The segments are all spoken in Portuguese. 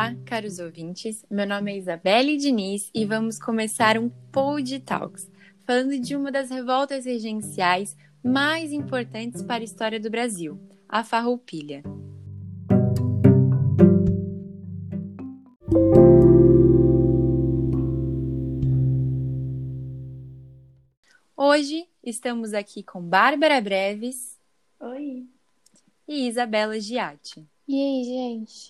Olá, caros ouvintes. Meu nome é Isabelle Diniz e vamos começar um Pod Talks, falando de uma das revoltas regenciais mais importantes para a história do Brasil, a Farroupilha. Hoje estamos aqui com Bárbara Breves. Oi. E Isabela Giatti. E aí, gente?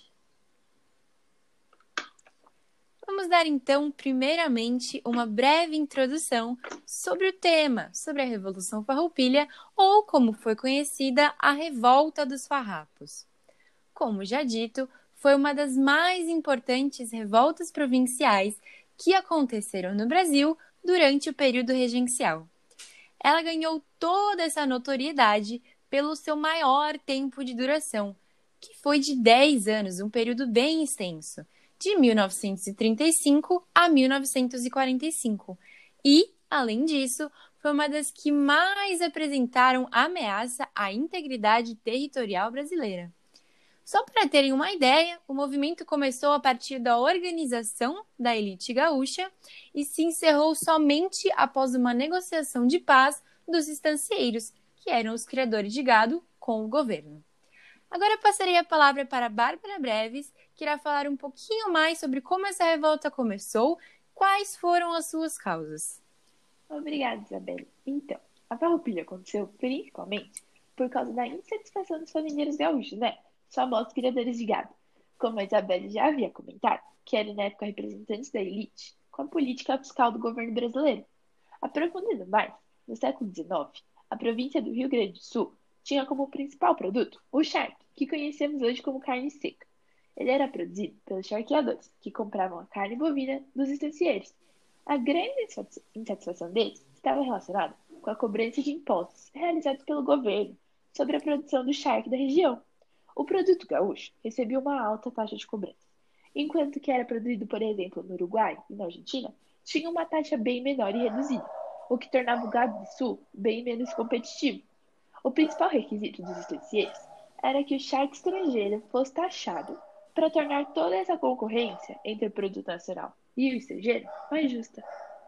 Vamos dar então, primeiramente, uma breve introdução sobre o tema, sobre a Revolução Farroupilha, ou como foi conhecida, a Revolta dos Farrapos. Como já dito, foi uma das mais importantes revoltas provinciais que aconteceram no Brasil durante o período regencial. Ela ganhou toda essa notoriedade pelo seu maior tempo de duração, que foi de 10 anos, um período bem extenso, de 1935 a 1945. E, além disso, foi uma das que mais apresentaram ameaça à integridade territorial brasileira. Só para terem uma ideia, o movimento começou a partir da organização da elite gaúcha e se encerrou somente após uma negociação de paz dos estancieiros, que eram os criadores de gado, com o governo. Agora passarei a palavra para Bárbara Breves, que irá falar um pouquinho mais sobre como essa revolta começou, quais foram as suas causas. Obrigada, Isabelle. Então, a Farroupilha aconteceu principalmente por causa da insatisfação dos fazendeiros gaúchos, né? Famosos criadores de gado. Como a Isabelle já havia comentado, que eram na época representantes da elite, com a política fiscal do governo brasileiro. Aprofundando mais, no século XIX, a província do Rio Grande do Sul tinha como principal produto o charque, que conhecemos hoje como carne seca. Ele era produzido pelos charqueadores, que compravam a carne bovina dos estancieiros. A grande insatisfação deles estava relacionada com a cobrança de impostos realizados pelo governo sobre a produção do charque da região. O produto gaúcho recebia uma alta taxa de cobrança, enquanto que era produzido, por exemplo, no Uruguai e na Argentina, tinha uma taxa bem menor e reduzida, o que tornava o gado do sul bem menos competitivo. O principal requisito dos estancieiros era que o charque estrangeiro fosse taxado para tornar toda essa concorrência entre o produto nacional e o estrangeiro mais justa.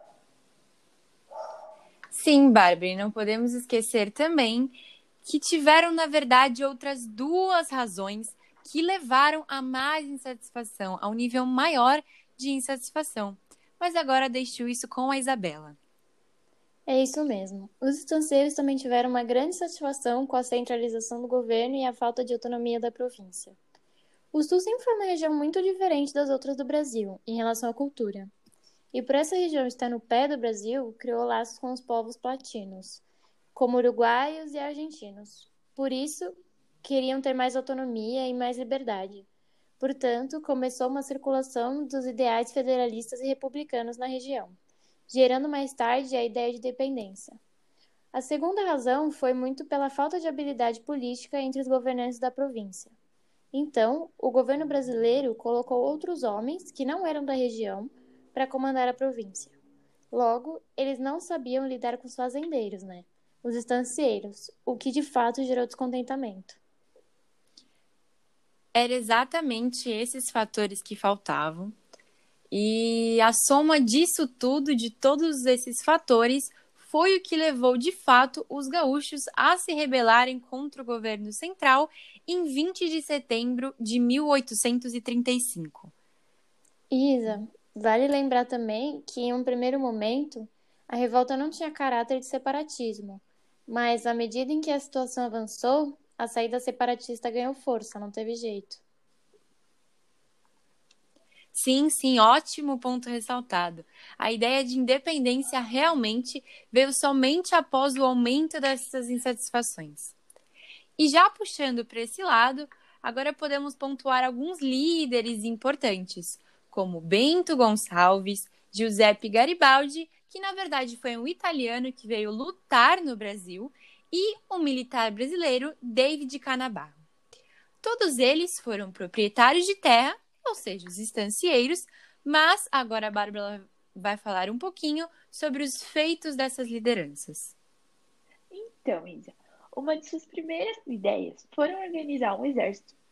Sim, Bárbara, e não podemos esquecer também que tiveram, na verdade, outras duas razões que levaram a mais insatisfação, a um nível maior de insatisfação. Mas agora deixo isso com a Isabela. É isso mesmo. Os estancieiros também tiveram uma grande satisfação com a centralização do governo e a falta de autonomia da província. O Sul sempre foi uma região muito diferente das outras do Brasil, em relação à cultura. E por essa região estar no pé do Brasil, criou laços com os povos platinos, como uruguaios e argentinos. Por isso, queriam ter mais autonomia e mais liberdade. Portanto, começou uma circulação dos ideais federalistas e republicanos na região, gerando mais tarde a ideia de dependência. A segunda razão foi muito pela falta de habilidade política entre os governantes da província. Então, o governo brasileiro colocou outros homens, que não eram da região, para comandar a província. Logo, eles não sabiam lidar com os fazendeiros, né? Os estancieiros, o que de fato gerou descontentamento. Era exatamente esses fatores que faltavam. E a soma disso tudo, de todos esses fatores, foi o que levou, de fato, os gaúchos a se rebelarem contra o governo central em 20 de setembro de 1835. Isa, vale lembrar também que, em um primeiro momento, a revolta não tinha caráter de separatismo, mas, à medida em que a situação avançou, a saída separatista ganhou força, não teve jeito. Sim, ótimo ponto ressaltado. A ideia de independência realmente veio somente após o aumento dessas insatisfações. E já puxando para esse lado, agora podemos pontuar alguns líderes importantes, como Bento Gonçalves, Giuseppe Garibaldi, que na verdade foi um italiano que veio lutar no Brasil, e o militar brasileiro David Canabarro. Todos eles foram proprietários de terra, ou seja, os estancieiros, mas agora a Bárbara vai falar um pouquinho sobre os feitos dessas lideranças. Então, Isa, uma de suas primeiras ideias foram organizar um exército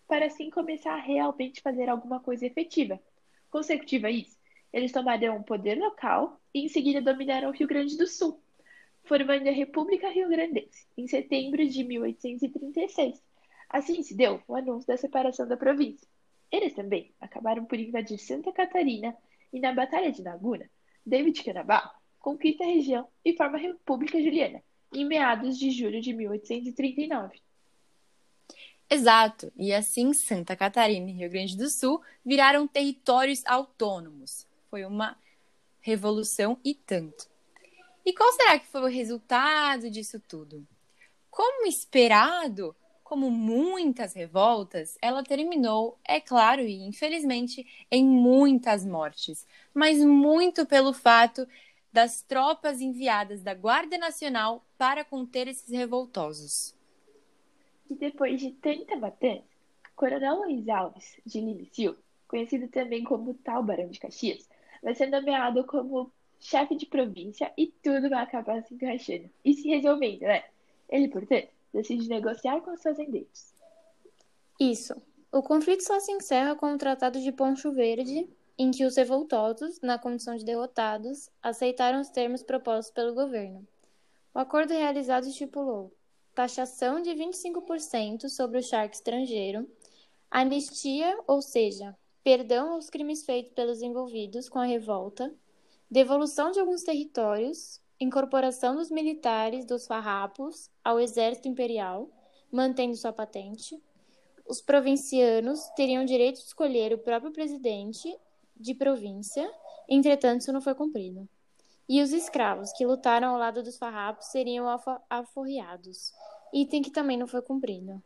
para assim começar a realmente fazer alguma coisa efetiva. Consecutiva a isso, eles tomaram o poder local e em seguida dominaram o Rio Grande do Sul, formando a República Rio-Grandense, em setembro de 1836. Assim se deu o anúncio da separação da província. Eles também acabaram por invadir Santa Catarina e, na Batalha de Naguna, David Cannibal conquista a região e forma a República Juliana, em meados de julho de 1839. Exato, e assim Santa Catarina e Rio Grande do Sul viraram territórios autônomos. Foi uma revolução e tanto. E qual será que foi o resultado disso tudo? Como esperado, como muitas revoltas, ela terminou, é claro, e infelizmente, em muitas mortes, mas muito pelo fato das tropas enviadas da Guarda Nacional para conter esses revoltosos. E depois de tanta matança, Coronel Luiz Alves de Lima e Silva, conhecido também como Tal Barão de Caxias, vai ser nomeado como chefe de província e tudo vai acabar se encaixando e se resolvendo, né? Ele, portanto, decide negociar com os fazendeiros. Isso. O conflito só se encerra com o Tratado de Poncho Verde, em que os revoltosos, na condição de derrotados, aceitaram os termos propostos pelo governo. O acordo realizado estipulou taxação de 25% sobre o charque estrangeiro, anistia, ou seja, perdão aos crimes feitos pelos envolvidos com a revolta, devolução de alguns territórios, incorporação dos militares dos farrapos ao exército imperial, mantendo sua patente. Os provincianos teriam direito de escolher o próprio presidente de província, entretanto isso não foi cumprido. E os escravos que lutaram ao lado dos farrapos seriam aforreados, item que também não foi cumprido.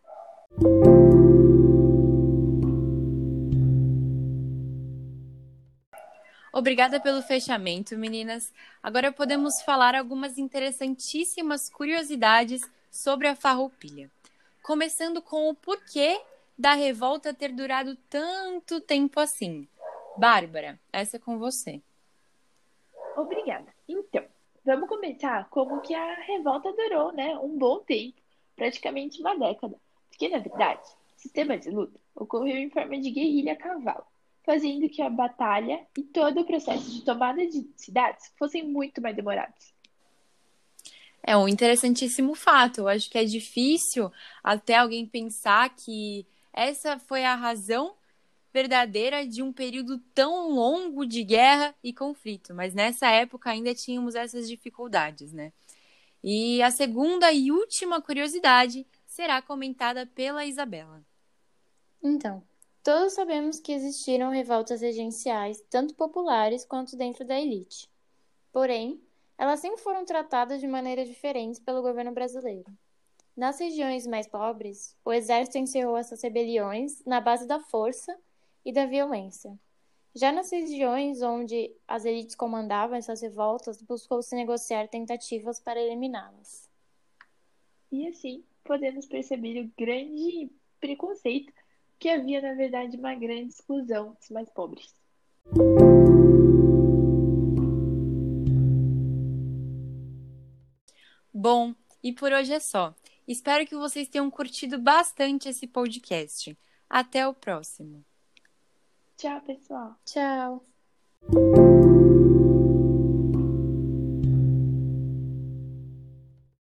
Obrigada pelo fechamento, meninas. Agora podemos falar algumas interessantíssimas curiosidades sobre a Farroupilha. Começando com o porquê da revolta ter durado tanto tempo assim. Bárbara, essa é com você. Obrigada. Então, vamos começar como que a revolta durou, né? Um bom tempo, praticamente uma década. Porque, na verdade, o sistema de luta ocorreu em forma de guerrilha a cavalo, fazendo que a batalha e todo o processo de tomada de cidades fossem muito mais demorados. É um interessantíssimo fato. Eu acho que é difícil até alguém pensar que essa foi a razão verdadeira de um período tão longo de guerra e conflito. Mas nessa época ainda tínhamos essas dificuldades, né? E a segunda e última curiosidade será comentada pela Isabela. Então, todos sabemos que existiram revoltas regenciais, tanto populares quanto dentro da elite. Porém, elas sempre foram tratadas de maneiras diferentes pelo governo brasileiro. Nas regiões mais pobres, o exército encerrou essas rebeliões na base da força e da violência. Já nas regiões onde as elites comandavam essas revoltas, buscou-se negociar tentativas para eliminá-las. E assim, podemos perceber o grande preconceito que havia, na verdade, uma grande exclusão dos mais pobres. Bom, e por hoje é só. Espero que vocês tenham curtido bastante esse podcast. Até o próximo. Tchau, pessoal! Tchau!